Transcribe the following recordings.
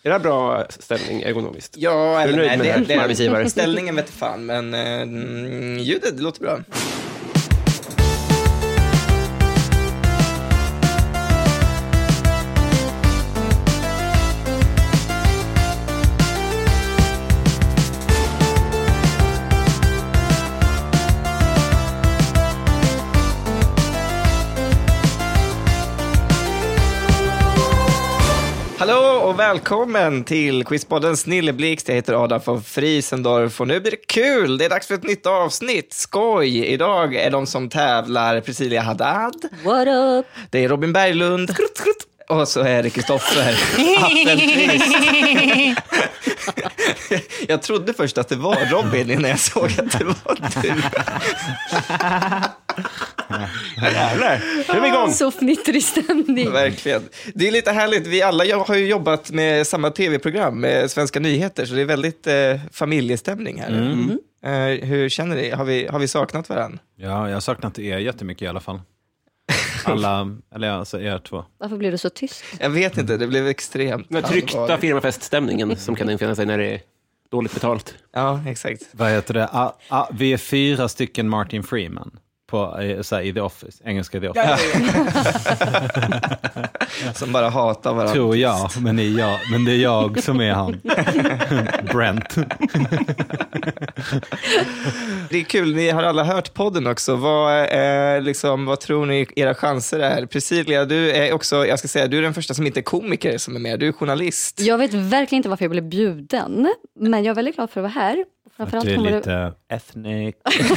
Är det bra ställning ergonomiskt? Ja, eller nej, det arbetsgivare. ställningen vet fan, men ljudet låter bra. Hallå och välkommen till Quizpodden Snilleblixt. Jag heter Adam von Friesendorf och nu blir det kul. Det är dags för ett nytt avsnitt. Skoj! Idag är de som tävlar Priscilla Haddad. What up? Det är Robin Berglund. Och så är det Kristoffer Appelqvist. Jag trodde först att det var Robin innan jag såg att det var du. Jävlar, nu är vi igång. Så fnittrig stämning. Verkligen. Det är lite härligt. Vi alla har ju jobbat med samma tv-program med Svenska nyheter, så det är väldigt familjestämning här. Hur känner ni? Har vi saknat varandra? Ja, jag har saknat er jättemycket i alla fall. Alla, eller alltså er två. Varför blev du så tyst? Jag vet inte, det blev extremt. Den tryckta firmafeststämningen som kan infinna sig när det är dåligt betalt. Ja, exakt. Vad heter det? Vi är 4 stycken Martin Freeman på i The Office, engelska The Office. Som bara hatar varandra. Tror jag, men det är jag som är han. Brent. Det är kul, ni har alla hört podden också. Vad tror ni era chanser är? Priscilla, du är också, jag ska säga, du är den första som inte är komiker som är med. Du är journalist. Jag vet verkligen inte varför jag blev bjuden, men jag är väldigt glad för att vara här. Att du är lite ethnic.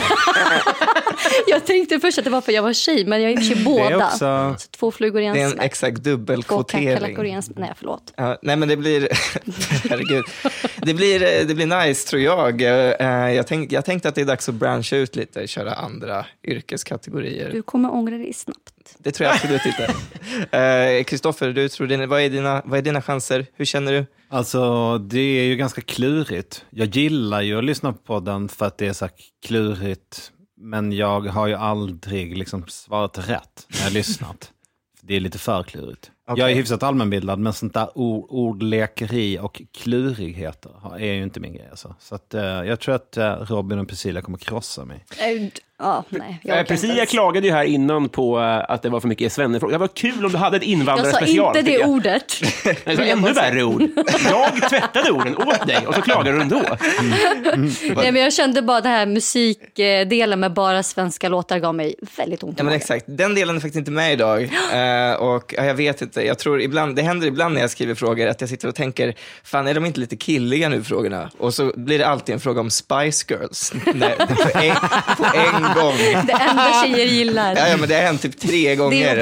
Jag tänkte först att det var för att jag var tjej, men jag är inte båda. Också... Så 2 flugor i en Det är en smäll. exakt dubbelkvotering. Nej, förlåt. Nej, men det blir herregud. Det blir nice, tror jag. Jag tänkte att det är dags att branscha ut lite, köra andra yrkeskategorier. Du kommer ångra dig snabbt. Det tror jag absolut inte. Kristoffer, du tror vad är dina chanser? Hur känner du? Alltså, det är ju ganska klurigt. Jag gillar ju att lyssna på den för att det är så klurigt. Men jag har ju aldrig liksom svarat rätt när jag lyssnat. Det är lite för klurigt. Okay. Jag är hyfsat allmänbildad, men sånt där ordlekeri och klurigheter är ju inte min grej. Alltså. Så att, jag tror att Robin och Priscilla kommer krossa mig. Nej. Priscilla klagade ju här innan på att det var för mycket svennefrågor. Det var kul om du hade ett invandrarspecial. Jag sa inte det ordet. Det är ännu värre ord. Jag tvättade orden åt dig och så klagade du ändå. Nej, men jag kände bara det här musikdelen med bara svenska låtar gav mig väldigt ont. Ja, men exakt. Den delen är faktiskt inte med idag. Och jag vet inte, jag tror det händer ibland när jag skriver frågor att jag sitter och tänker, fan, är de inte lite killiga nu, frågorna? Och så blir det alltid en fråga om Spice Girls. Nej, på en gång. Det enda tjejer gillar. Ja, men det har hänt typ 3 gånger.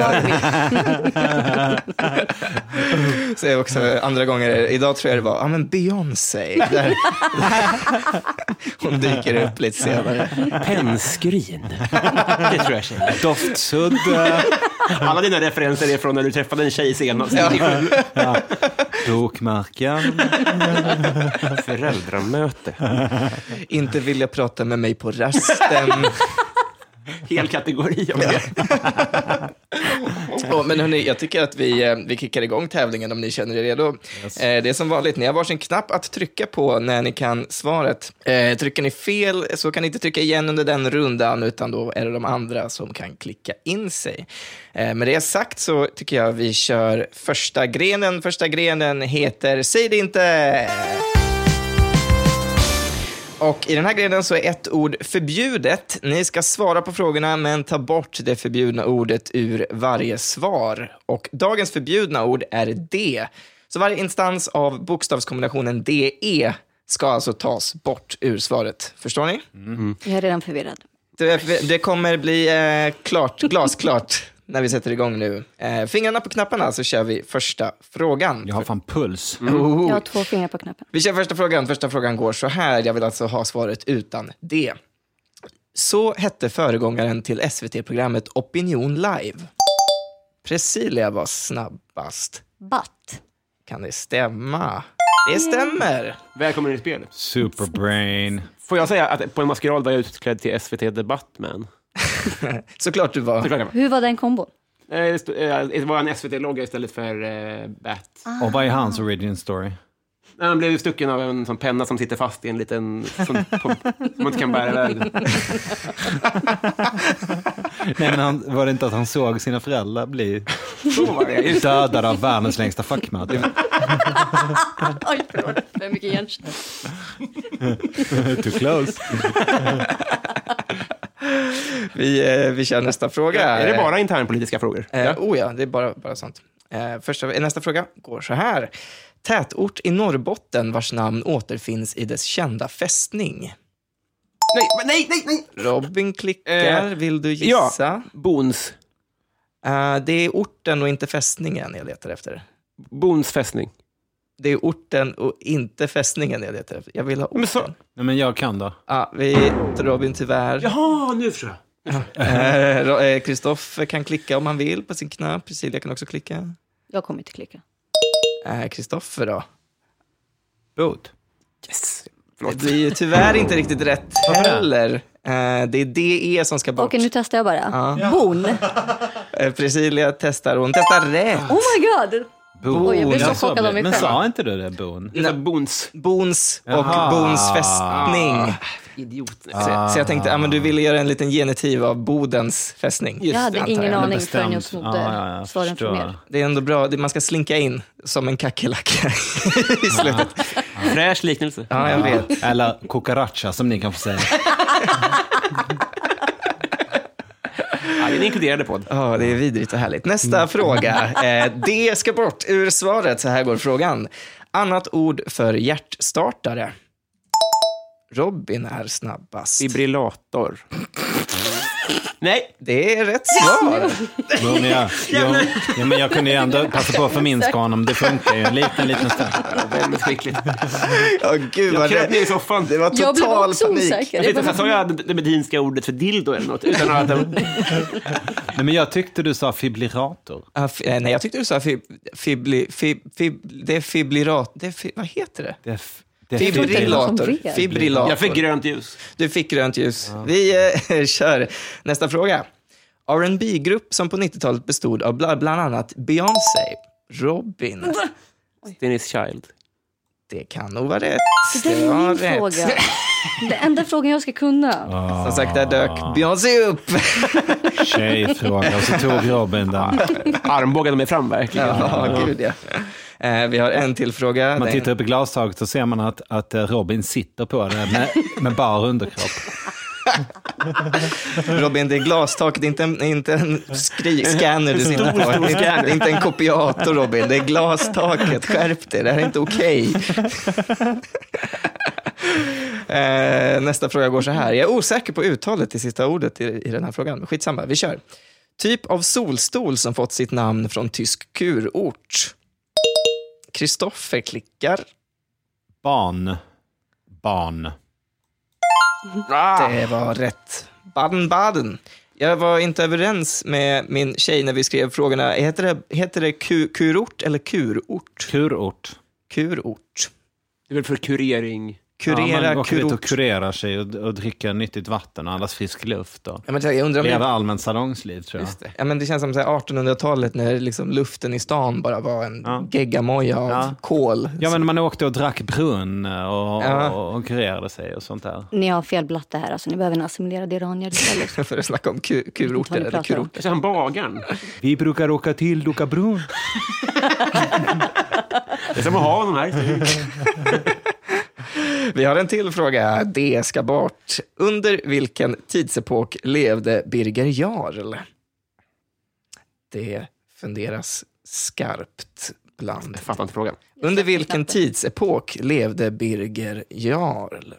Så är också andra gånger, idag tror jag det var, men Beyoncé. Hon dyker upp lite senare. Pennskrin. Det tror jag tjejer. Doftsudd. Alla dina referenser är från när du träffade en tjej senast. Ja. Bokmärken. Föräldramöte. Inte vill jag prata med mig på rasten. Hel kategori av det. Men hörni, jag tycker att vi kickar igång tävlingen om ni känner er redo. Yes. Det är som vanligt, ni har varsin knapp att trycka på när ni kan svaret. Trycker ni fel så kan ni inte trycka igen under den rundan, utan då är det de andra som kan klicka in sig. Med det sagt så tycker jag vi kör första grenen. Första grenen heter Säg det inte! Och i den här grenen så är ett ord förbjudet. Ni ska svara på frågorna men ta bort det förbjudna ordet ur varje svar. Och dagens förbjudna ord är D. Så varje instans av bokstavskombinationen DE ska alltså tas bort ur svaret. Förstår ni? Mm. Jag är redan förvirrad. Det kommer bli glasklart när vi sätter igång nu. Fingrarna på knapparna, så kör vi första frågan. Jag har fan puls. Jag har 2 fingrar på knappen. Vi kör första frågan. Första frågan går så här. Jag vill alltså ha svaret utan det. Så hette föregångaren till SVT-programmet Opinion Live. Priscilla var snabbast. Batt. Kan det stämma? Det stämmer. Välkommen i spelet. Superbrain. Får jag säga att på en maskerad var jag utklädd till SVT Debattman? Såklart du var. Hur var den kombon? Det var en SVT-logga istället för Bat. Och vad är hans origin story? Han blev ju stucken av en sån penna som sitter fast i en liten... som man inte kan bära iväg. Nej, men var det inte att han såg sina föräldrar bli dödade av världens längsta fackmatte? Oj, förlåt. Det är mycket hjärnsnö. Too close. Vi kör nästa fråga. Är det bara internpolitiska frågor? Ja, det är bara sånt. Nästa fråga går så här. Tätort i Norrbotten vars namn återfinns i dess kända fästning. Nej. Robin klickar. Vill du gissa? Ja, Bons. Det är orten och inte fästningen jag letar efter. Bons fästning. Det är orten och inte fästningen jag letar efter. Jag vill ha orten. Men jag kan då. Robin tyvärr. Jaha, nu förstår jag. Kristoffer kan klicka om han vill på sin knapp. Cecilia kan också klicka. Jag kommer inte klicka. Kristoffer då? Bod. Yes. Det blir ju tyvärr inte riktigt rätt heller. Det är DE som ska bort. Okej, nu testar jag bara. Bon. Cecilia testar. Hon testar rätt. Oh my god. Oj, jag blir så chockad av mig men själv. sa inte du det, Bon? Bons. Bons och Bons fästning. Idiot. Så jag tänkte, men du ville göra en liten genitiv av Bodens fästning. Jag hade ingen aning förrän jag bestämt. snodde svaren från er. Det är ändå bra, man ska slinka in som en kackerlacka i slutet. Fräsch liknelse. Ja, jag vet. Eller cucaracha som ni kan få säga. Ja, det är en inkluderade podd. Ja, det är vidrigt och härligt. Nästa fråga. Det ska bort ur svaret. Så här går frågan. Annat ord för hjärtstartare. Robin är snabbast. Fibrillator. Nej. Det är rätt svar. Men jag kunde ju ändå passa på att förminska honom. Det funkar ju en liten stund. Väldigt skickligt. Gud, Jag kröp ner i soffan. Det var total Jag blev också panik. osäker. Jag sa jag det medinska ordet för dildo eller något. Utan att Nej, men jag tyckte du sa fibrillator. Nej, jag tyckte du sa det är fibrillator. Vad heter det? Fibrillator. Jag fick grönt ljus. Du fick grönt ljus. Ja. Vi kör nästa fråga. R&B-grupp som på 90-talet bestod av bland annat Beyoncé, Robin. Destiny's Child. Det kan nog vara rätt. Det är min fråga. Det enda frågan jag ska kunna. Som sagt, där dök Beyoncé upp. Tjejfråga, och så tog Robin den. Armbågade mig fram verkligen. Ja, gud ja. Vi har en till fråga. Man tittar upp i glastaget så ser man att Robin sitter på det med bara underkropp. Robin, det är glastaket, inte en scanner du sitter på. Det är inte en kopiator, Robin. Det är glastaket. Skärp det, det här är inte okej. Nästa fråga går så här. Jag är osäker på uttalet i sista ordet i den här frågan. Skitsamma, vi kör. Typ av solstol som fått sitt namn från tysk kurort. Kristoffer klickar. Barn. Det var rätt. Baden-Baden. Jag var inte överens med min tjej när vi skrev frågorna. Heter det kurort eller kurort? Kurort. Det är väl för kurering. Man åker ut och kurerar sig och dricker nyttigt vatten och andas frisk luft. Och jag undrar om lever allmänt salongsliv, tror jag. Just det. Ja, men det känns som 1800-talet när liksom luften i stan bara var en geggamoja av kol. Ja, men man åkte och drack brunn och kurerade sig och sånt där. Ni har fel blatte här, alltså ni behöver en assimilerad iranier istället. För att snacka om kurorter eller kurorter. Kanske han bagaren. Vi brukar åka till Luka brunn. Det är som att ha honom här. Vi har en till fråga. Det ska bort. Under vilken tidsepok levde Birger Jarl? Det funderas skarpt bland. Jag fattar inte frågan. Under vilken tidsepok levde Birger Jarl?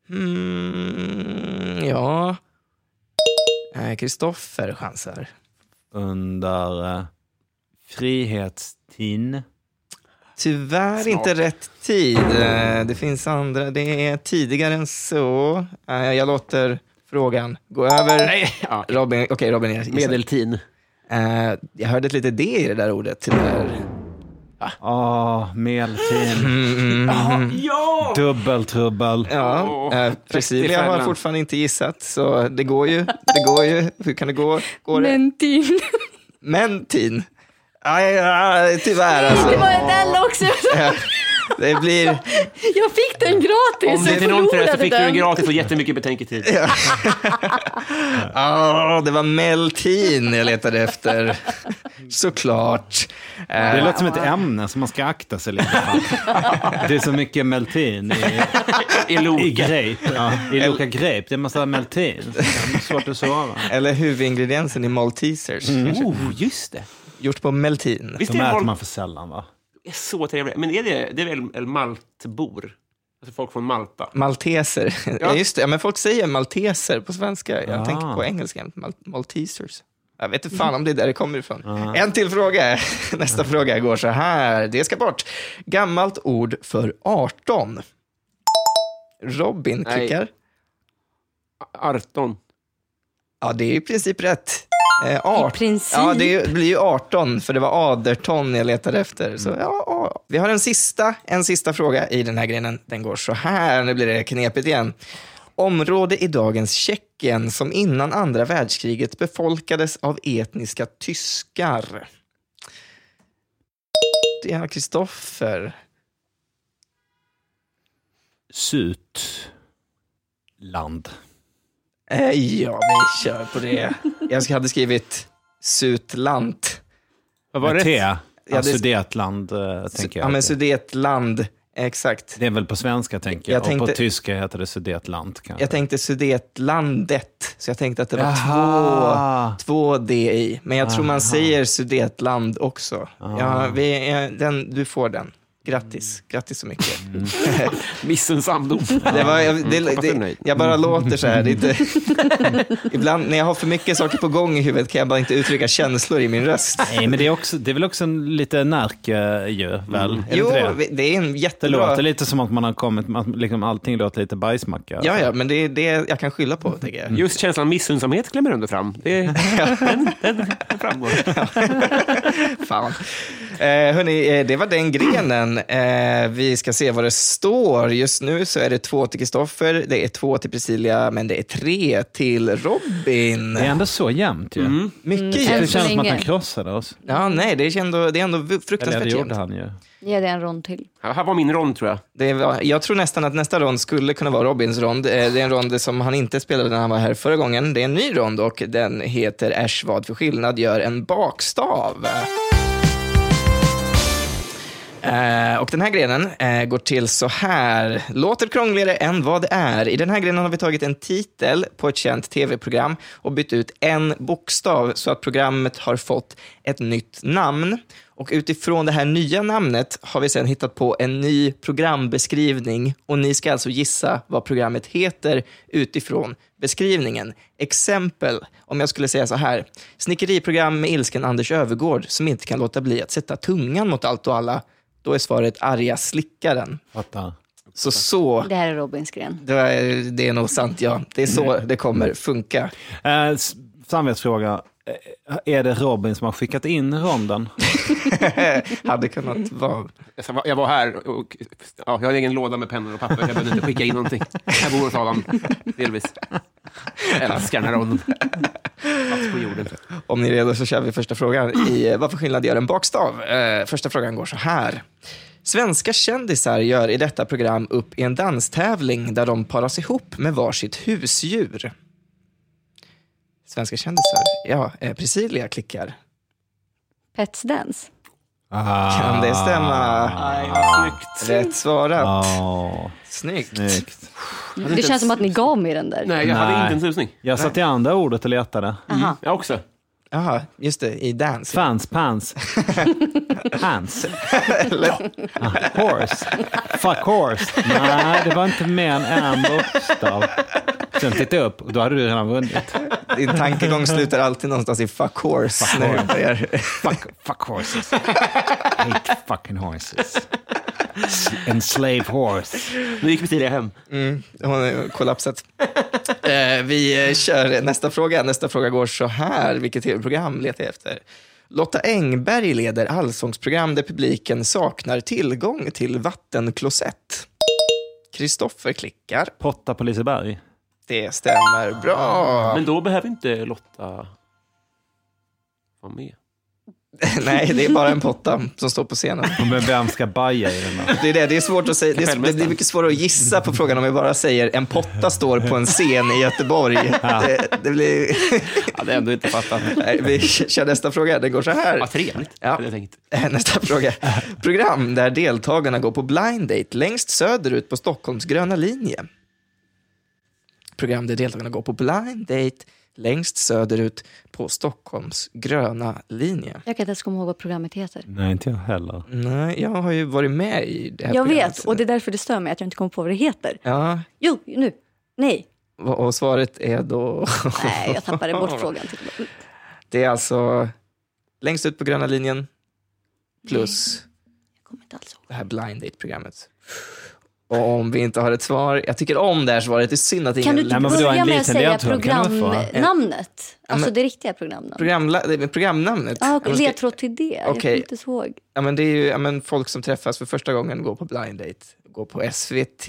Ja. Kristoffer chansar. Under frihetstiden. Tyvärr inte rätt tid. Det finns andra. Det är tidigare än så. Jag låter frågan gå över. Nej. Robin, Robin. Medeltid. Jag hörde ett litet D i det där ordet. Tyvärr. Medeltid. Ja! Dubbeltrubbel. Ja, Cecilia har fortfarande inte gissat. Så det går ju. Hur kan det gå? Mentin. Tyvärr alltså. Det var den också. Det blir... Jag fick den gratis. Om det är någon förresten så fick du den gratis och jättemycket betänketid. Det var Meltin jag letade efter. Såklart. Det låter som ett ämne som man ska akta sig lite för. Det är så mycket Meltin i grape. Ja, i Loka grape. Det är en massa Meltin. Det är svårt att sova. Eller huvudingrediensen i Maltesers. Just det. Gjort på Meltin. Visst De är äter det man för sällan, va? är så trevligt. Men det är väl maltbor? Alltså folk från Malta. Malteser. Ja, just det. Ja, men folk säger malteser på svenska. Jag tänker på engelska. Maltesers. Jag vet inte fan om det är där det kommer ifrån. En till fråga. Nästa fråga går så här. Det ska bort. Gammalt ord för 18. Robin klickar. 18. Ja, det är i princip rätt. I princip. Ja, det blir ju 18 för det var aderton jag letade efter. Så ja, vi har en sista fråga i den här grenen. Den går så här, nu blir det knepigt igen. Område i dagens Tjeckien som innan andra världskriget befolkades av etniska tyskar. Det är Kristoffer. Sutland. Ja, vi kör på det. Jag hade skrivit Sutlant. Vad var det? Ja, Sudetland, tänker jag. Ja, men Sudetland, exakt. Det är väl på svenska, tänker jag. Och på tyska heter det Sudetland, kanske. Jag tänkte Sudetlandet, så jag tänkte att det var två D i. Men jag tror man säger Sudetland också. Ja, du får den. Grattis så mycket. Missunnsam dom. Jag bara låter så här. Det är inte, ibland när jag har för mycket saker på gång i huvudet kan jag bara inte uttrycka känslor i min röst. Nej, men det är väl också en lite närke ju, väl? Jo, det är en jättebra... Det låter lite som att man har kommit, liksom allting låter lite bajsmacka. Ja, men det är det jag kan skylla på, tänker jag. Just känslan missunnsamhet klämmer ändå fram. Den framgår. Fan. Hörrni, det var den grenen. Vi ska se vad det står. Just nu så är det 2 till Kristoffer, det är 2 till Priscilla, men det är 3 till Robin. Det är ändå så jämnt ju. Mycket jämnt. Det känns som att han krossade oss. Ja, nej, det är ändå fruktansvärt jämnt. Han ju. Ge det en rond till. Ja, här var min rond, tror jag. Jag tror nästan att nästa rond skulle kunna vara Robins rond. Det är en rond som han inte spelade när han var här förra gången. Det är en ny rond och den heter Äsch vad för skillnad gör en bakstav. Och den här grenen går till så här. Låter krångligare än vad det är. I den här grenen har vi tagit en titel på ett känt tv-program och bytt ut en bokstav så att programmet har fått ett nytt namn. Och utifrån det här nya namnet har vi sedan hittat på en ny programbeskrivning. Och ni ska alltså gissa vad programmet heter utifrån beskrivningen. Exempel, om jag skulle säga så här. Snickeriprogram med ilsken Anders Övergård som inte kan låta bli att sätta tungan mot allt och alla. Då är svaret arga slickaren. Fattar. Så. Det här är Robins gren. Det är nog sant, ja. Det är så det kommer funka. Samvetsfråga. Är det Robin som har skickat in ronden? Hade kunnat vara. Jag var här och jag har en egen låda med pennor och papper. Jag behöver inte skicka in någonting. Jag bor hos Adam, delvis. Älskar den här ronden. Plats på jorden. Om ni är redo så kör vi första frågan i vad för skillnad gör en bakstav. Första frågan går så här. Svenska kändisar gör i detta program upp i en danstävling där de paras ihop med varsitt husdjur. Svenska kändisar. Ja, Priscilla klickar. Pets Dance. Kan det stämma? Aj, vad snyggt. Rätt svarat. Snyggt. Det känns som att ni gav mig den där. Nej, jag hade inte en susning. Jag satt i andra ordet och letade. Jag också. Jaha, just det, i dance. Pants. Hands. Horse. Fuck horse. Nej, det var inte mer än en bokstav. Sen titta upp och då hade du redan vunnit. Din tankegång slutar alltid någonstans i fuck horse. Fuck horses. Hate fucking horses. Enslave horse. Nu gick Priscilla hem. Hon har kollapsat. Vi kör nästa fråga. Nästa fråga går så här. Vilket tv-program letar jag efter? Lotta Engberg leder allsångsprogram där publiken saknar tillgång till vattenklosett. Kristoffer klickar. Potta på Liseberg. Det stämmer bra. Men då behöver inte Lotta vara med. Nej, det är bara en potta som står på scenen. Men vem ska baja i den då? Det är svårt att säga. Det blir mycket svårare att gissa på frågan om vi bara säger en potta står på en scen i Göteborg. Det blir... Ja, det är ändå inte fattat. Nej, vi kör nästa fråga. Det går så här. Vad trevligt. Ja. Jag tänkt. Nästa fråga. Program där deltagarna går på blind date längst söderut på Stockholms gröna linje. Program där deltagarna går på blind date längst söderut på Stockholms gröna linje. Jag kan inte ens komma ihåg vad programmet heter. Nej, inte jag heller. Nej, jag har ju varit med i det här Jag programmet. vet, och det är därför det stör mig att jag inte kommer på vad det heter. Ja, Jo, nu. Nej. och svaret är då... Nej, jag tappade bort frågan. Det är alltså längst ut på gröna linjen plus Jag kommer inte alls ihåg. det här blind date-programmet. Och om vi inte har ett svar, jag tycker om det här svaret, det är synd att Kan du ingen... inte men vadå, börja en med att liten säga ledtråd kan du få? programnamnet? Alltså men- det riktiga programnamnet. Programnamnet? Ja, men ska- ledtråd till det. Jag Okej. kommer inte ihåg. Ja, men det är ju folk som träffas för första gången går på blind date. Går på SVT.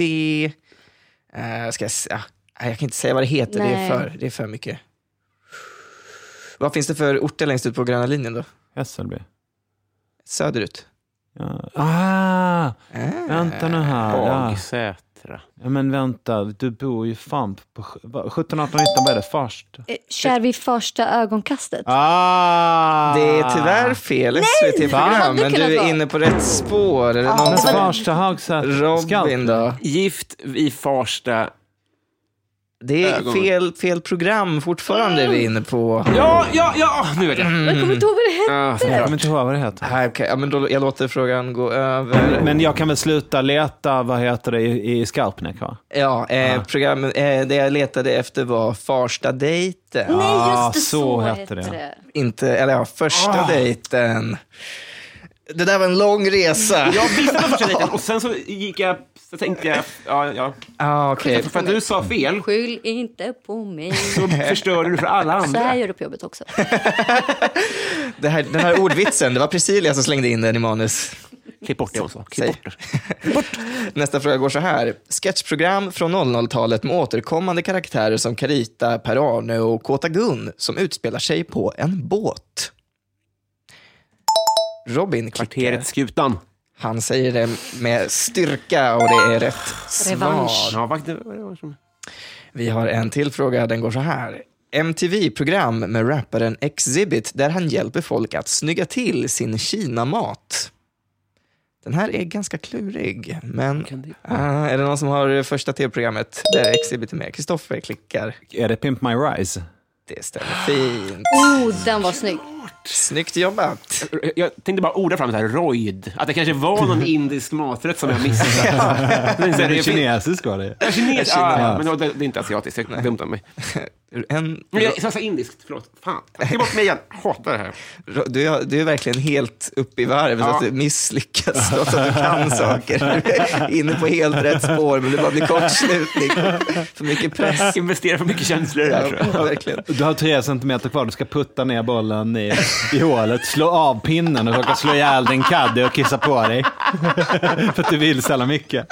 Jag kan inte säga vad det heter, det är för mycket. Vad finns det för orter längst ut på gröna linjen då? Hässelby. Söderut. Ja. Vänta nu här. Ja. Hagsätra. Ja, men vänta, du bor ju fan på 17, 18, 19, vad är det? Först. Kör vi första ögonkastet? Det är tyvärr fel SVT-program, det men du kunnat är vara. inne på rätt spår. Eller någon Men som- Farsta, Hagsätra, Robin då? Gift i Farsta. Det är fel program fortfarande vi är inne på. Ja, nu vet jag. Jag kommer inte ihåg vad det heter. Ja, Jag såklart. kommer inte ihåg vad det heter. Här, okej, ja, men då, jag låter frågan gå över. Men jag kan väl sluta leta, vad heter det, i Skarpnäck, va? Ja, programmet, det jag letade efter var Farsta dejten. Nej, just det, så hette heter det. det. Inte, eller ja, första dejten. Det där var en lång resa. Jag visste på första dejten och sen så tänkte jag, Okej. för att du sa fel Skyll inte på mig. så förstörde du för alla Så här andra. gör du på jobbet också. Den här ordvitsen, det var Priscilla som slängde in den i manus. Klipp bort det också. Säg. Klipp bort det. Nästa fråga går så här. Sketchprogram från 00-talet med återkommande karaktärer som Carita, Per-Arne och Kåta Gun som utspelar sig på en båt. Robin klickar. Kvarteret Skutan. Han säger det med styrka och det är rätt Revansch. svar. Ja, faktiskt. Det var som... Vi har en till fråga, den går så här. MTV-program med rapparen Exhibit där han hjälper folk att snygga till sin Kina-mat. Den här är ganska klurig, men är det någon som har första tv-programmet där Exhibit är med? Kristoffer klickar. Är det Pimp My Rise? Det stämmer fint. Den var snygg. Snyggt jobbat. Jag tänkte bara orda fram så här, rojd. Att det kanske var någon indisk maträtt som jag missade. Men så Är det det kinesisk, var det? Kines, Kina. ja, men det är inte asiatiskt. Jag dumt av mig. Men jag sa indiskt, förlåt. Fan, ta bort mig igen. Hatar det här. Du är verkligen helt uppe i varv så Ja. att du misslyckas trots att du kan saker. Du är inne på helt rätt spår, men det bara blir kortslutning. För mycket press. Investera för mycket känslor där, tror jag. Ja, verkligen. Du har 3 centimeter kvar, du ska putta ner bollen i hålet, slå av pinnen och råka slå ihjäl din caddy och kissa på dig. För att du vill ställa mycket.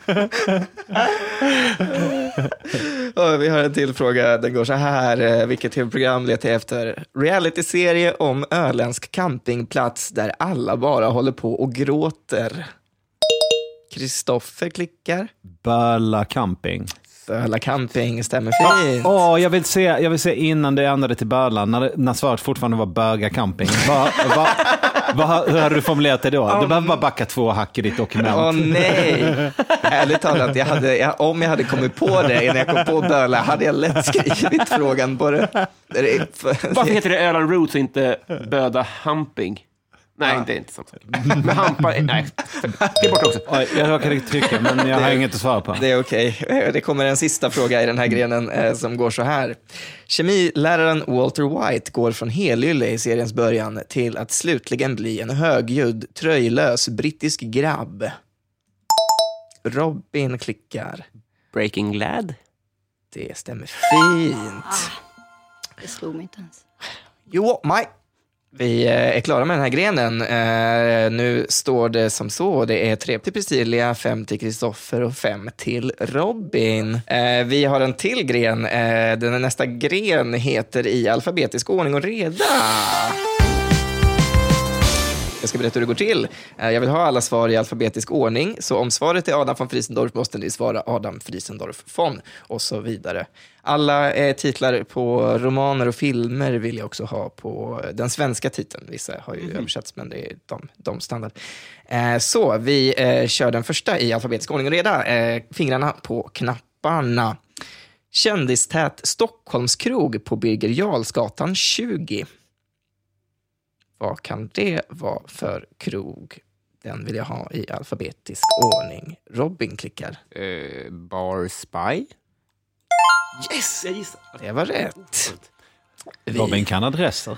Och vi har en till fråga, den går så här. Vilket tv-program letar jag efter? Reality-serie om öländsk campingplats där alla bara håller på och gråter. Kristoffer klickar. Böla camping. Böla camping, stämmer fint. Jag vill se innan det ändrade till Böla, när svaret fortfarande var Böga camping. Hur hade du formulerat det då? Du behöver bara backa 2 hack i ditt dokument. Åh nej, ärligt talat, om jag hade kommit på det innan jag kom på Böla hade jag lätt skrivit frågan på det. Varför heter det Öland Roots och inte Böda Humping? Nej, det är inte samma sak. Men hampa, nej. Det är bort också. Oj, jag råkade trycka, men jag har inget att svara på. Det är okej. Det kommer en sista fråga i den här grenen som går så här. Kemiläraren Walter White går från helylle i seriens början till att slutligen bli en högljudd, tröjlös brittisk grabb. Robin klickar. Breaking Lad. Det stämmer fint. Det slog mig inte ens. Jo, Mike. Vi är klara med den här grenen. Nu står det som så. Det är 3 till Priscilla, 5 till Kristoffer och 5 till Robin. Vi har en till gren. Den nästa gren heter I alfabetisk ordning och reda. Jag ska berätta hur det går till. Jag vill ha alla svar i alfabetisk ordning. Så om svaret är Adam von Friesendorf måste ni svara Adam Friesendorf von och så vidare. Alla titlar på romaner och filmer vill jag också ha på den svenska titeln. Vissa har ju översatts, men det är de standard. Så vi kör den första i alfabetisk ordning och reda. Fingrarna på knapparna. Kändistät Stockholmskrog på Birger Jarlsgatan 20. Vad kan det vara för krog? Den vill jag ha i alfabetisk ordning. Robin klickar. Bar Spy? Yes, jag gissar. Det var rätt. Robin kan adresser.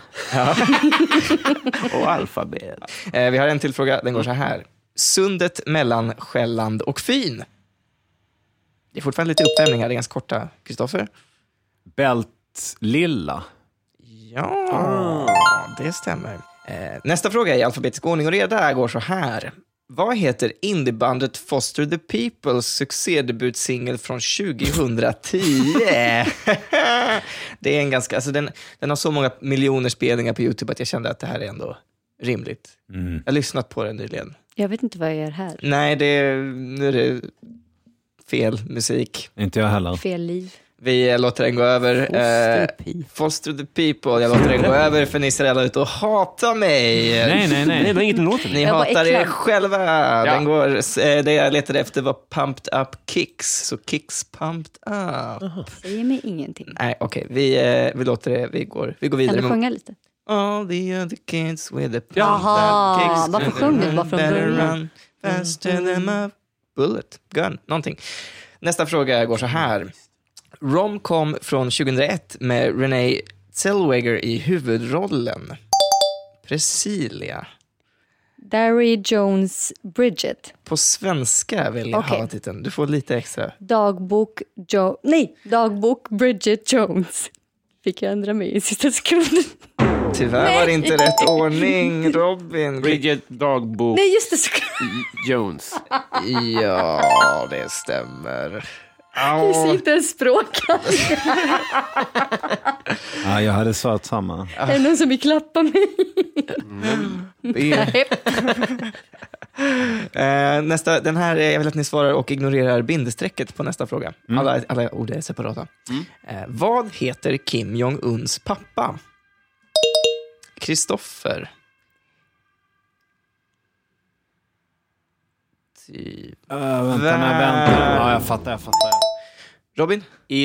Och alfabet. Vi har en till fråga. Den går så här. Sundet mellan Själland och Fyn. Det är fortfarande lite uppvärmning här. Det är ganska korta. Kristoffer? Bält Lilla. Ja, det stämmer. Nästa fråga i alfabetisk ordning och reda går så här. Vad heter indiebandet Foster the Peoples succédebutsingel från 2010? Det är en ganska, alltså den har så många miljoner spelningar på YouTube att jag kände att det här är ändå rimligt. Jag har lyssnat på den nyligen. Jag vet inte vad jag gör här. Nej, nu är det fel musik. Inte jag heller. Fel liv. Vi låter den gå över. Foster the People. Jag låter den gå över för ni ser alla ut och hatar mig. Nej. Det var inget låter. Ni Jag var hatar er äcklad. själva. Ja. Den går, det jag letade efter var Pumped Up Kicks. Så Kicks Pumped Up. Säger mig ingenting. Nej, okej. Vi låter det. Vi går vidare. Kan du sjunga lite? All the other kids with the pumped Jaha, up kicks. varför sjöng du bara från Better början? run faster than a bullet. Gun, någonting. Nästa fråga går så här. Rom-com från 2001 med Renee Zellweger i huvudrollen. Presilia. Darry Jones Bridget. På svenska vill jag Okej. ha titeln. Du får lite extra. Dagbok Bridget Jones. Fick jag ändra mig i sista sekunden. Tyvärr var det inte rätt ordning, Robin. Bridget Dagbok Nej, just det. Så... Jones. Ja, det stämmer. Du ser inte ens språk. Ja, jag hade svarat samma. Är det någon som vill klappa mig? Nästa, den här, jag vill att ni svarar och ignorerar bindestrecket på nästa fråga. Alla ord är separata. Vad heter Kim Jong-Uns pappa? Kristoffer. Vänta. Ja, jag fattar. Robin?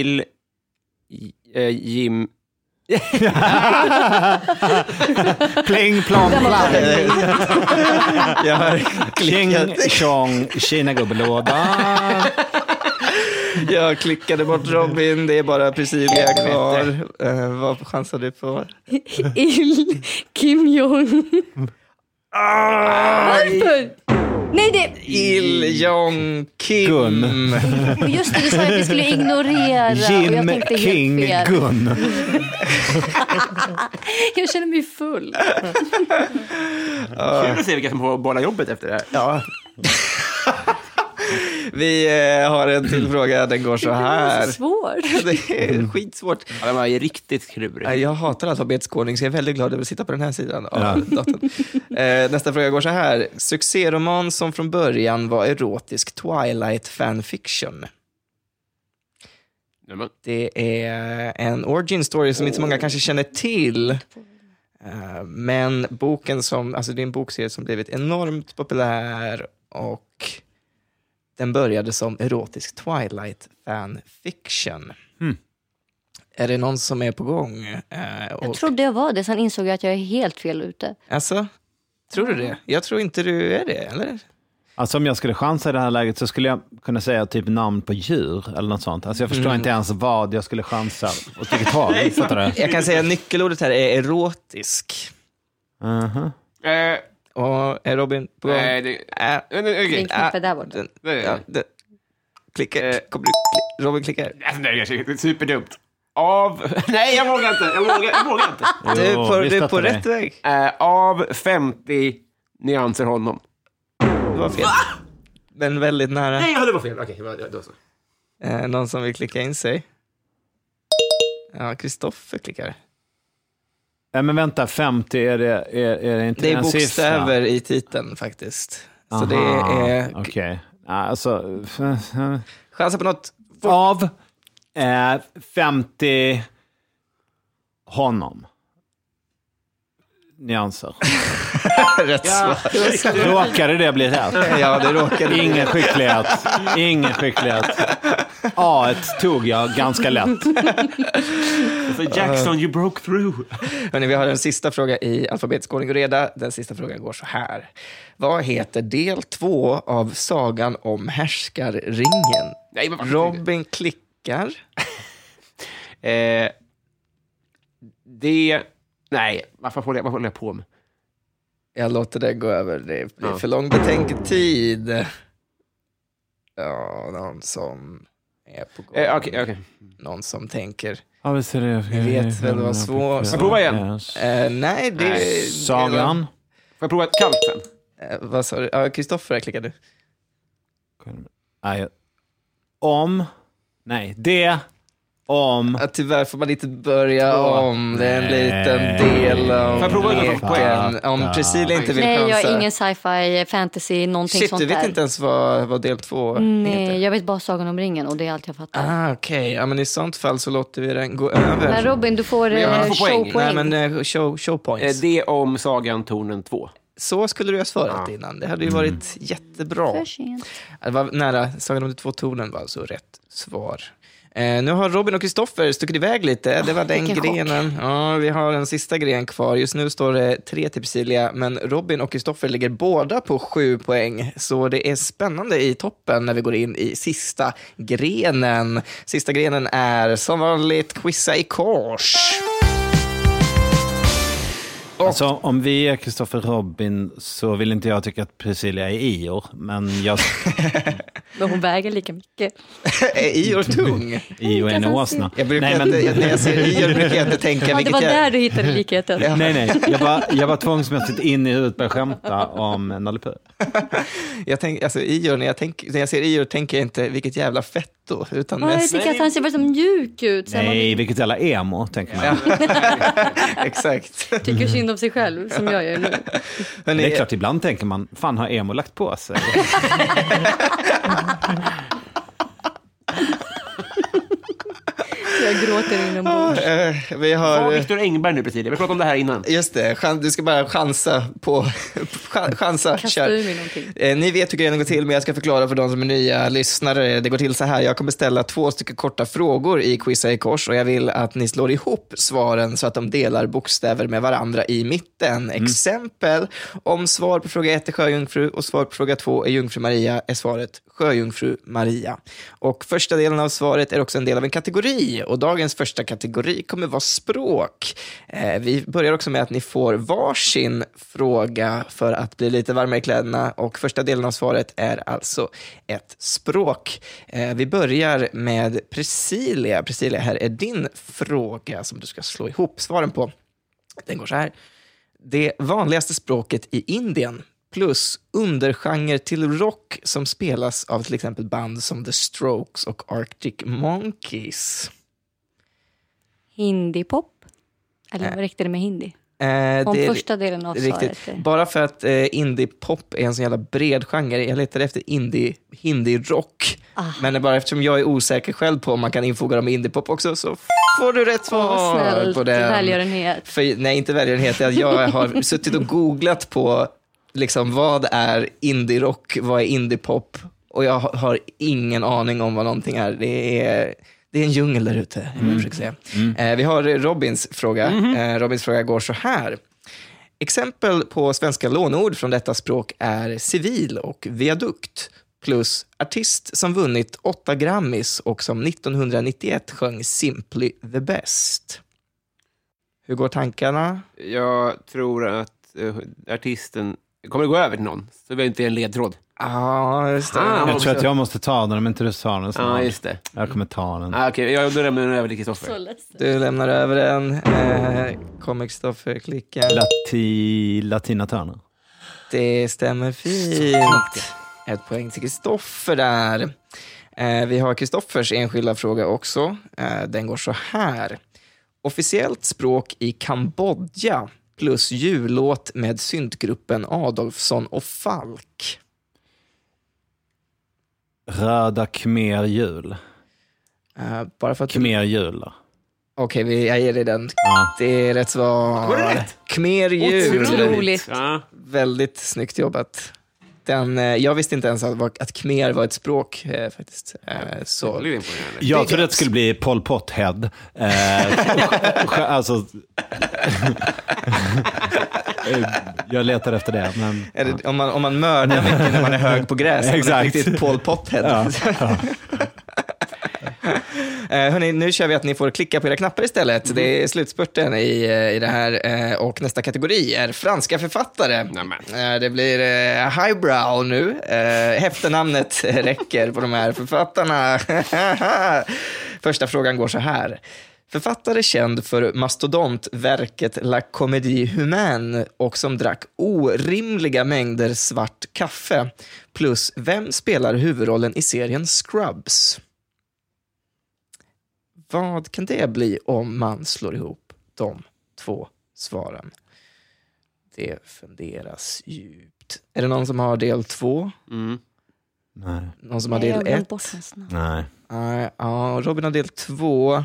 Jim... Pling, plong, plang. Jag har Kling, klickat. tjong, Kina-gubbelåda. Jag klickade bort Robin. Det är bara Presilia kvar. Vad chansar du på? Kim Jong. Varför? Nej, det... Il-Jong Kim. Gun. Just det, du sa att vi skulle ignorera. Och jag Jim, tänkte King, helt fel. Gun. Jag känner mig full. Kul att se vilka som får båda jobbet efter det här. Ja. Vi har en till fråga. Den går så Det här. är så svårt. Det är skitsvårt. Ja, det var ju riktigt klurig. Jag hatar alfabetisk ordning, så jag är väldigt glad att sitta på den här sidan av datorn. Nästa fråga går så här. Succéroman som från början var erotisk Twilight fanfiction. Ja, men. Det är en origin story som inte så många kanske känner till. Men boken som, alltså det är en bokserie som blivit enormt populär och den började som erotisk Twilight fanfiction. Är det någon som är på gång? Jag trodde jag var det, sen insåg jag att jag är helt fel ute. Alltså, tror du det? Jag tror inte du är det, eller? Alltså om jag skulle chansa i det här läget så skulle jag kunna säga typ namn på djur eller något sånt. Alltså jag förstår inte ens vad jag skulle chansa åt vilket håll. Fattar du? Jag kan säga att nyckelordet här är erotisk. Och är Robin på gång? Nej, Min knapp är där borta. Klicka. Robin klickar. Alltså, det är superdumt. Nej, jag vågar inte. Jag vågar inte. Du är på rätt väg. Av 50 nyanser honom. Det var fel. Men väldigt nära. Nej, det var fel. Okej, då så. Någon som vill klicka in sig? Ja, Kristoffer klickar. Men vänta, 50, är det inte Det är en siffra? bokstäver i titeln faktiskt. Så Aha, det är... Okej. Alltså... Chansa på något... Av 50 honom. Nyanser. Rätt svar. Råkade det bli rätt? Ja, det råkade. Ingen skicklighet. A-et tog jag ganska lätt. Så Jackson, you broke through. Hörrni, vi har en sista fråga i alfabetisk ordning och reda. Den sista frågan går så här. Vad heter del 2 av sagan om härskarringen? Nej, men Robin klickar. Nej, vad håller jag på med? Jag låter det gå över. Det blir för lång betänketid. Ja, någon som är på gång. Okej. Någon som tänker. Ja, visst är det. Ni vet väl vad svårt. Jag provar igen. Nej, det är... Sagan. Får jag prova ett kallt sen? Vad sa du? Ja, Kristoffer klickade. Nej. Det om... Ja, tyvärr får man inte börja om. Det är en liten del av Får jag prova en leken. Om Priscilla inte vill Nej, chansa. jag är ingen sci-fi, fantasy, någonting Shit, sånt du vet där. inte ens vad del 2 heter. Nej, jag vet bara Sagan om ringen och det är allt jag fattar. Okej. Ja, men i sånt fall så låter vi den gå över. Men Robin, du får jag får poäng. showpoäng. Nej, men show points. Det om Sagan Tornen 2. Så skulle du ha svarat innan. Det hade ju varit jättebra. För sent. Det var nära. Sagan om de 2 tornen var alltså rätt svar. Nu har Robin och Kristoffer stuckit iväg lite. Det var den vilken grenen. Ja, vi har en sista gren kvar. Just nu står det 3 till Priscilla, men Robin och Kristoffer ligger båda på 7 poäng. Så det är spännande i toppen när vi går in i sista grenen. Sista grenen är som vanligt quizza i kors. Alltså, om vi är Kristoffer Robin så vill inte jag tycka att Priscilla är Ior, men jag... Men hon väger lika mycket. Är Ior tung? Ior är en åsna. Jag brukar när jag ser Ior brukar jag inte tänka Ja, det vilket var där du hittade likheten. Ja. Nej. Jag var tvångsmässigt in i huvudet började skämta om Nalle Puh. Jag tänker, alltså Ior, när jag ser Ior tänker jag inte vilket jävla fetto, utan Jag mest... tycker att han ser väldigt mjuk ut. Så Nej, vilket jävla emo, tänker man. Exakt. man tycker synd om sig själv, som jag gör nu. Hörrni, Det är klart, ibland tänker man, fan har emo lagt på sig? Jag gråter inombords. vi Var har... Viktor Engberg nu, Priscilla? Vi pratade om det här innan. Just det, du ska bara chansa på... chansa, Kasta kör. ur mig någonting. Ni vet hur grenen går till, men jag ska förklara för de som är nya lyssnare. Det går till så här, jag kommer ställa 2 stycken korta frågor i quizza i kors och jag vill att ni slår ihop svaren så att de delar bokstäver med varandra i mitten. Exempel, om svar på fråga 1 är sjöjungfru och svar på fråga 2 är jungfru Maria är svaret sjöjungfru Maria. Och första delen av svaret är också en del av en kategori och dagens första kategori kommer vara språk. Vi börjar också med att ni får varsin fråga för att bli lite varmare i kläderna och första delen av svaret är alltså ett språk. Vi börjar med Priscilla. Priscilla, här är din fråga som du ska slå ihop svaren på. Den går så här. Det vanligaste språket i Indien plus undergenre till rock som spelas av till exempel band som The Strokes och Arctic Monkeys. Hindi-pop? Eller vad räckte det med hindi? Om Det är första delen av riktigt. svaret. Bara för att indie-pop är en så jävla bred genre. Jag letar efter hindi-rock. Men bara eftersom jag är osäker själv på om man kan infoga dem i indie-pop också så får du rätt svar Snällt, på det. välgörenhet. Nej, inte välgörenhet. Jag har suttit och googlat på liksom, vad är indie-rock, vad är indie-pop och jag har ingen aning om vad någonting är. Det är en djungel där ute, jag försöker säga. Vi har Robins fråga. Robins fråga går så här. Exempel på svenska lånord från detta språk är civil och viadukt plus artist som vunnit 8 Grammys och som 1991 sjöng Simply the Best. Hur går tankarna? Jag tror att artisten kommer att gå över till någon, så vi har inte en ledtråd. Just det. Jag tror att jag måste ta den om inte du sa den. Ja, just det. Jag kommer ta den. Okej, jag lämnar den över till Kristoffer. Så ledsen. Du lämnar över den. Kommer Kristoffer klicka? Latina Turner. Det stämmer fint. 1 poäng till Kristoffer där. Vi har Kristoffers enskilda fråga också. Den går så här. Officiellt språk i Kambodja plus jullåt med syntgruppen Adolfsson och Falk. Röda Khmer jul. Bara för att Khmer jul. Okej, jag ger dig den. Ja. Det är rätt svar. Khmer jul. Otroligt. Ja. Väldigt snyggt jobbat. Jag visste inte ens att Khmer var ett språk faktiskt. Så. Det är imponerande. Jag trodde att det skulle bli Pol Pot-head. Alltså, jag letar efter det. Men, Är det, om man mördar mycket när man är hög på gräs. Exakt. Man är riktigt Pol Pot-head. ja. Hörrni, nu kör vi att ni får klicka på era knappar istället. Det är slutspurten i det här. Och nästa kategori är franska författare. Det blir highbrow nu. Häftenamnet räcker på de här författarna. Första frågan går så här. Författare känd för mastodontverket La Comédie Humaine och som drack orimliga mängder svart kaffe. Plus, vem spelar huvudrollen i serien Scrubs? Vad kan det bli om man slår ihop de två svaren? Det funderas djupt. Är det någon som har del 2? Nej. Någon som har Nej, jag del glömde 1? bort hans namn. Nej. Ja, Robin har del 2.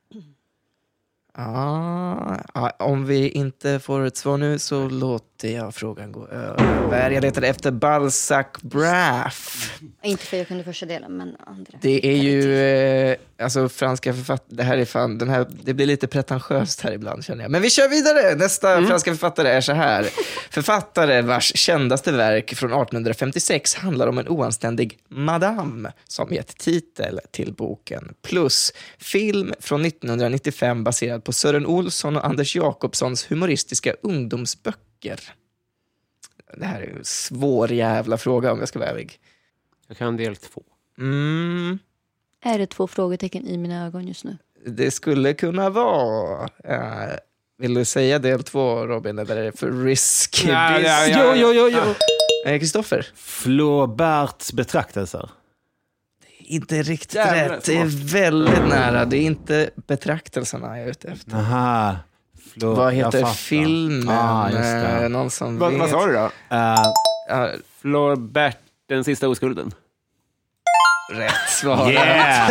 Om vi inte får ett svar nu så låter jag frågan gå över. Jag letade efter Balzac Braff. Inte för jag kunde första delen, men andra. Det är ju alltså franska författare. Det här är fan, det blir lite pretentiöst här ibland känner jag. Men vi kör vidare. Nästa franska författare är så här. Författare vars kändaste verk från 1856 handlar om en oanständig madame som gett titel till boken. Plus film från 1995 baserad på Sören Olsson och Anders Jakobssons humoristiska ungdomsböcker. Det här är en svår jävla fråga om jag ska vara ärlig. Jag kan del 2. Är det 2 frågetecken i mina ögon just nu? Det skulle kunna vara. Vill du säga del 2, Robin, eller är det för risky? Jo. Kristoffer? Flauberts betraktelser. Inte riktigt Jävlar, rätt. Det är väldigt nära. Det är inte betraktelserna jag är ute efter. Aha. Vad heter filmen? Just det. Någon som Vad vet? sa du då? Ja, Flaubert, den sista oskulden. rätt svar. Yeah!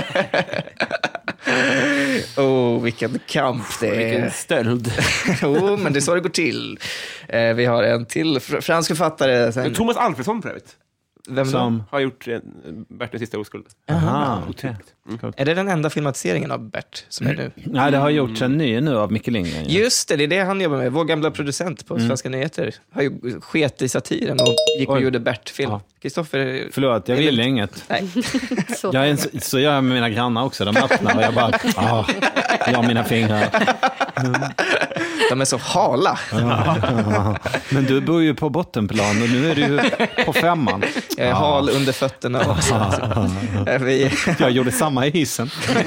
Vilken kamp det är. Vilken stöld. Men det är så det går till. Vi har en till fransk författare. Sen. Thomas Alfredsson för övrigt. Vem då? Som... Har gjort Bert den sista oskulden. Aha, okej. Är det den enda filmatiseringen av Bert som är nu? Nej, det har gjorts en ny nu av Micke Lindgren. Ja. Just det är det han jobbar med. Vår gamla producent på Svenska nyheter har ju sket i satiren och gick och gjorde Bert-film. Ja. Kristoffer... Förlåt, jag vill inget. Nej. Så Så gör jag med mina grannar också. De öppnar och jag bara... jag har mina fingrar. De är så hala. Men du bor ju på bottenplan och nu är du ju på 5:an. Jag är hal under fötterna också. Jag gjorde samma i hissen.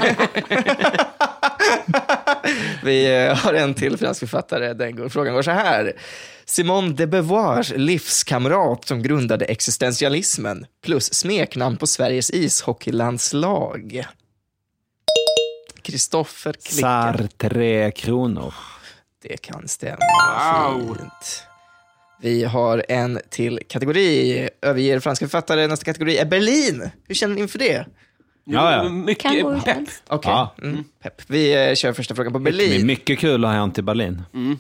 Vi har en till fransk författare. Frågan går så här. Simone de Beauvoirs livskamrat som grundade existentialismen plus smeknamn på Sveriges ishockeylandslag. Kristoffer klickar. Sartre kronor. Det kan stämma. Wow. Fint. Vi har en till kategori. Överger franska författare. Nästa kategori är Berlin. Hur känner ni inför det? Ja. Kan gå Mycket hur pepp. helst. Okej. Ja. Pepp. Vi kör första frågan på Det är Berlin. mycket kul att ha en till Berlin.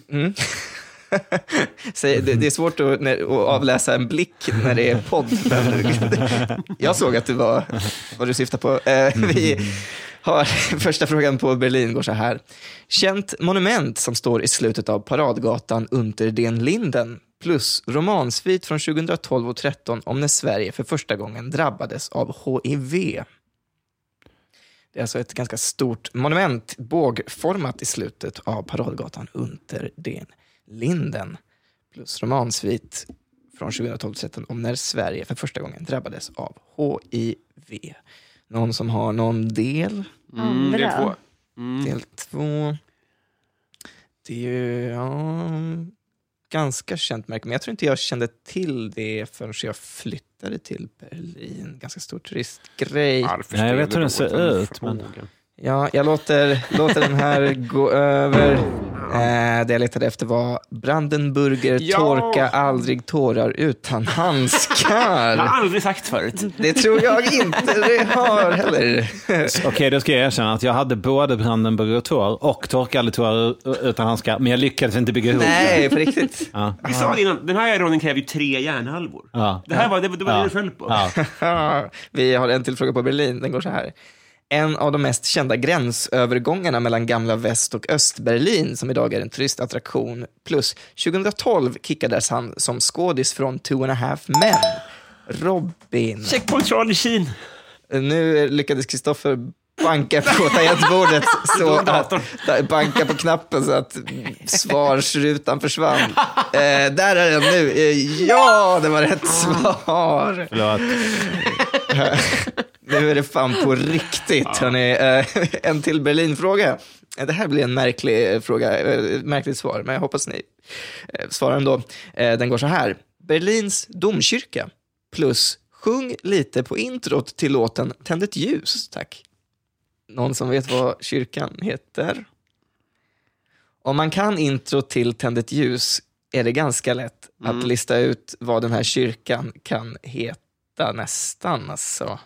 Det är svårt att avläsa en blick när det är podd. Jag såg att det var vad du syftar på. Vi har första frågan på Berlin går så här. Känt monument som står i slutet av paradgatan Unter den Linden plus romansvit från 2012 och 2013 om när Sverige för första gången drabbades av HIV. Det är alltså ett ganska stort monument, bågformat i slutet av paradgatan Unter den Linden plus romansvit från 2012-2013 om när Sverige för första gången drabbades av HIV. Någon som har någon del? Del 2. Del 2. Det är ju ganska känt märke, men jag tror inte jag kände till det förrän jag flyttade till Berlin. Ganska stor turistgrej. Nej, jag vet hur den ser ut, men... Ja, jag låter den här gå över. Det jag letade efter var Brandenburger torka aldrig tårar utan handskar. Jag har aldrig sagt förut. Det tror jag inte det har heller. Okej, då ska jag erkänna att jag hade både Brandenburger tår och torka aldrig tårar utan handskar, men jag lyckades inte bygga ihop Nej, på riktigt. Ja. Vi sa det innan, den här ronden kräver ju 3 hjärnhalvor. Ja. Det här var det du föll på. Ja. Vi har en till fråga på Berlin. Den går så här. En av de mest kända gränsövergångarna mellan gamla Väst- och Östberlin, som idag är en turistattraktion, plus 2012 kickades han som skådis från 2.5 Men. Robin. Checkpoint Charlie Sheen. Nu lyckades Kristoffer banka på tangentbordet så att banka på knappen så att svarsrutan försvann. Där är den nu. Ja, det var rätt svar. Förlåt. Nu är det fan på riktigt, hörni. En till Berlin-fråga. Det här blir en märklig fråga, märkligt svar, men jag hoppas ni svarar ändå. Den går så här. Berlins domkyrka plus sjung lite på introt till låten Tänd ett ljus, tack. Någon som vet vad kyrkan heter? Om man kan intro till Tänd ett ljus är det ganska lätt att lista ut vad den här kyrkan kan heta nästan, alltså.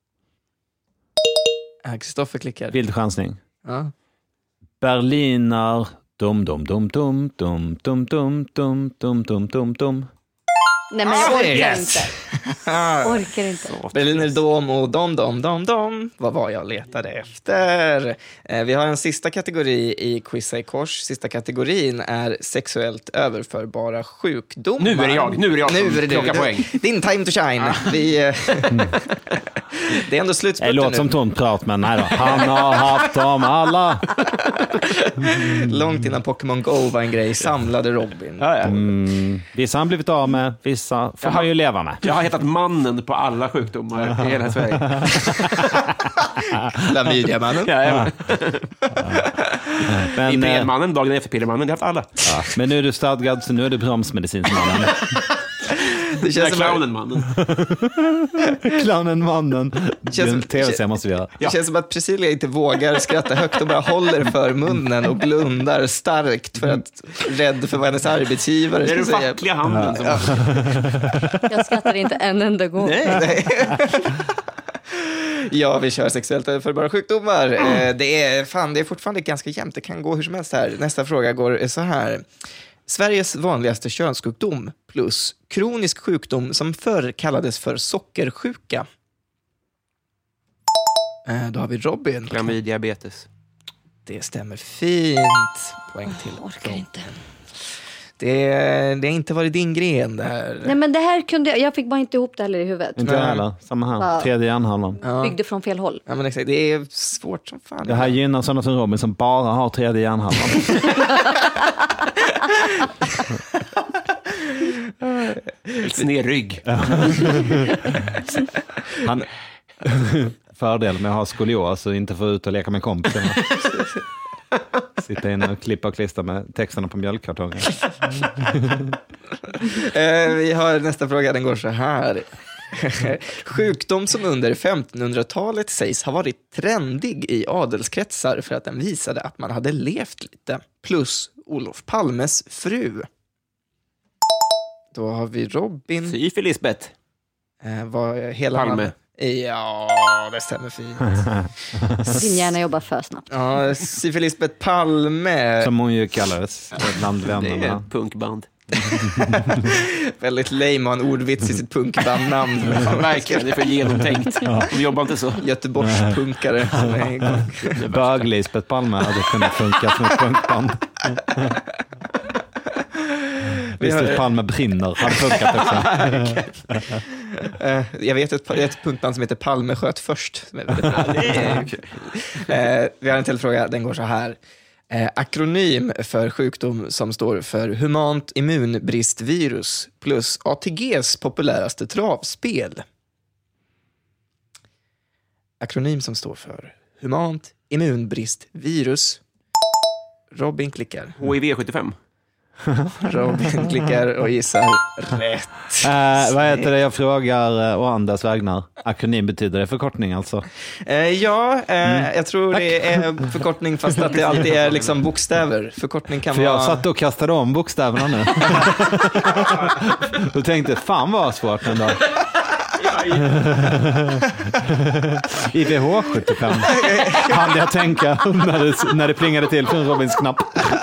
Kristoffer klickar. Vild chansning. Ja. Berliner dum dum dum dum dum dum dum dum dum dum dum dum. Nej, men jag orkar Yes. inte. Orkar inte. Berliner Dom och dom. Vad var jag letade efter? Vi har en sista kategori i Quizza i kors. Sista kategorin är sexuellt överförbara sjukdomar. Nu är det jag som plockar poäng. Din time to shine. Det är ändå Det slutspurten låter nu. som tomprat, men nej då. Han har haft dem alla. Långt innan Pokémon Go var en grej samlade Robin. Vissa har blivit av med, vissa får man ju leva med. Jag har hetat mannen på alla sjukdomar i hela Sverige. Klamydiamannen. I Men, Pillermannen, dagen efter Pillermannen, jag har haft alla. men nu är du stadgad, så nu är du bromsmedicinsmannen. Det känns som Clownen-mannen. Clownen-mannen. Det är en som- tv-serie måste vi göra. Det känns som att Priscilla inte vågar skratta högt och bara håller för munnen och blundar starkt för att rädd för vad hennes arbetsgivare Det är ska den säga. fackliga handen som... Jag skrattar inte en enda gång. Nej. Ja, vi kör sexuellt överförbara sjukdomar. Det är fortfarande ganska jämnt. Det kan gå hur som helst här. Nästa fråga går så här. Sveriges vanligaste könssjukdom plus kronisk sjukdom som förr kallades för sockersjuka. Då har vi Robin. Klamydiabetes. Det stämmer fint. Poäng till. Orkar inte. Det har inte varit din gren det här. Nej, men det här kunde jag fick bara inte ihop det heller i huvudet. Inte jag heller. Samma här. Ja. Tredje hjärnhalvan. Byggde från fel håll. Ja, men exakt. Det är svårt som fan. Det här gynnar sådana som Robin som bara har tredje hjärnhalvan. Snedrygg. Han... Fördel med att ha skolios och inte få ut och leka med kompisarna. Sitta inne och klippa och klistra med texterna på mjölkkartongen. Vi har nästa fråga, den går så här. Sjukdom som under 1500-talet sägs ha varit trendig i adelskretsar för att den visade att man hade levt lite. Plus Olof Palmes fru. Då har vi Robin. Syfilis, Lisbeth. Vad hela Palme. namnet? Ja, det stämmer fint. Din hjärna jobbar för snabbt. Ja, Syfilisbeth Palme. Som hon ju kallades bland Det är vännerna. ett punkband. Väldigt lame och en ordvits i sitt punkbandnamn. Verkligen, det är för genomtänkt. De jobbar inte så. Göteborgspunkare. Bög-Lisbeth Palme hade kunnat funka som ett punkband. Lisbeth Palme brinner hade funkat också. Jag vet ett punkband som heter Palme sköt först. Som är väldigt bra. Vi har en till fråga, den går så här. Akronym för sjukdom som står för humant immunbristvirus plus ATGs populäraste travspel. Akronym som står för humant immunbristvirus. Robin klickar. HIV-75. Robin klickar och gissar rätt. Vad heter det? Jag frågar å andras vägnar. Akronym betyder det förkortning alltså? Jag tror det är förkortning fast att det alltid är liksom bokstäver. Förkortning kan För vara... jag satt och kastade om bokstäverna nu. Och tänkte, fan vad svårt ändå. IVH75 hann jag tänka när det plingade till från Robins knapp.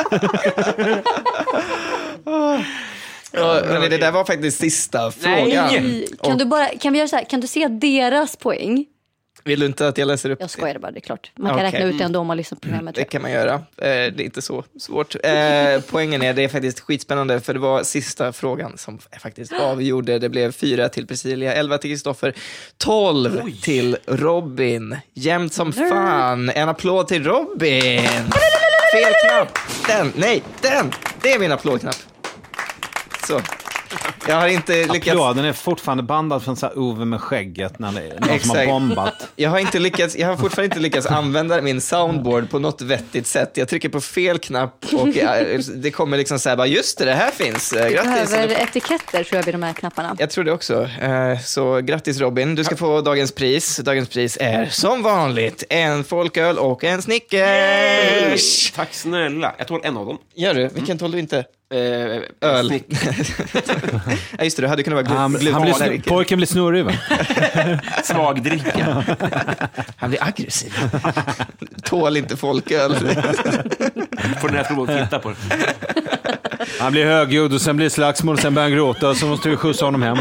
Men det där var faktiskt sista frågan. Kan vi göra så här? Kan du se deras poäng? Vill du inte att jag läser upp? Jag skojar bara, det är klart. Man kan räkna ut det ändå om man lyssnar på programmet. Det kan man göra. Det är inte så svårt. Poängen är, det är faktiskt skitspännande, för det var sista frågan som faktiskt avgjorde. Det blev 4 till Priscilla, 11 till Kristoffer, 12 till Robin. Jämnt som fan. En applåd till Robin. Fel knapp. Det är min applådknapp. Så. Jag har inte lyckats... Applåden är fortfarande bandad från så här Ove med skägget när det är någon som har bombat. Jag har fortfarande inte lyckats använda min soundboard på något vettigt sätt. Jag trycker på fel knapp och det kommer liksom så här, bara just det här finns. Grattis. Behöver etiketter tror jag vid de här knapparna. Jag tror det också. Så grattis Robin, du ska få dagens pris. Dagens pris är som vanligt en folköl och en Snickers. Tack snälla. Jag tål en av dem. Gör du? Vilken tål du inte? Öl. Ja, just det, det hade kunnat vara pojken blir snurrig, va? Svag dricka. Han blir aggressiv. Tål inte folköl. Får den här prova att titta på det. Han blir högljudd och sen blir slagsmål och sen börjar han gråta och så måste vi skjutsa honom hem.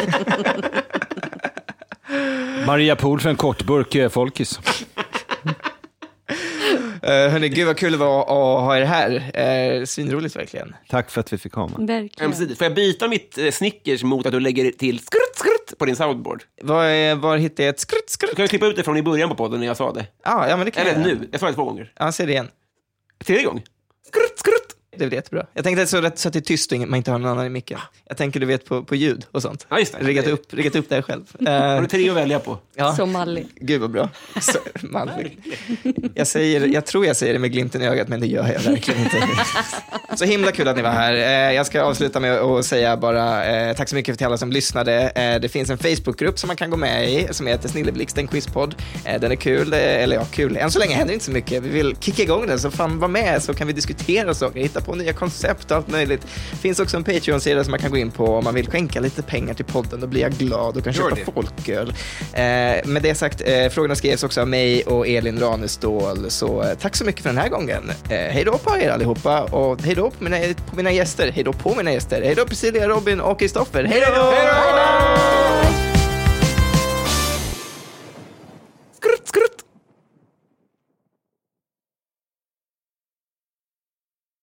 Maria Pool för en kort burk folkis. Hörrni, gud vad kul det var att ha er här. Svinroligt verkligen. Tack för att vi fick komma. Verkligen. Får jag byta mitt Snickers mot att du lägger till skrutt på din soundboard? Var hittar jag ett skrutt? Kan jag klippa ut det från i början på podden när jag sa det? Ja, men det kan eller jag. Nu, jag sa det 2 gånger. Ja, säg det igen. 3 gånger. Skrutt. Det är jättebra. Jag tänkte så att det är tyst och man inte har någon annan i micken. Jag tänker du vet på ljud och sånt. Ja, just det. Riggat upp där själv. Har du 3 att välja på? Ja. Så mallig. Gud vad bra. Så mallig. Jag tror jag säger det med glimten i ögat, men det gör jag verkligen inte. Så himla kul att ni var här. Jag ska avsluta med att säga bara tack så mycket till alla som lyssnade. Det finns en Facebookgrupp som man kan gå med i som heter Snilleblixt, en quizpodd. Den är kul, kul. Än så länge händer inte så mycket. Vi vill kicka igång den, så fan var med så kan vi diskutera saker, hitta på nya koncept och allt möjligt. Det finns också en Patreon-sida som man kan gå in på om man vill skänka lite pengar till podden. Då blir jag glad och kan köpa folköl. Med det sagt, frågorna skrevs också av mig och Elin Ranestål. Så tack så mycket för den här gången. Hej då på er allihopa och hej då på mina gäster. Hej då på mina gäster. Hej då Priscilla, Robin och Kristoffer. Hej då!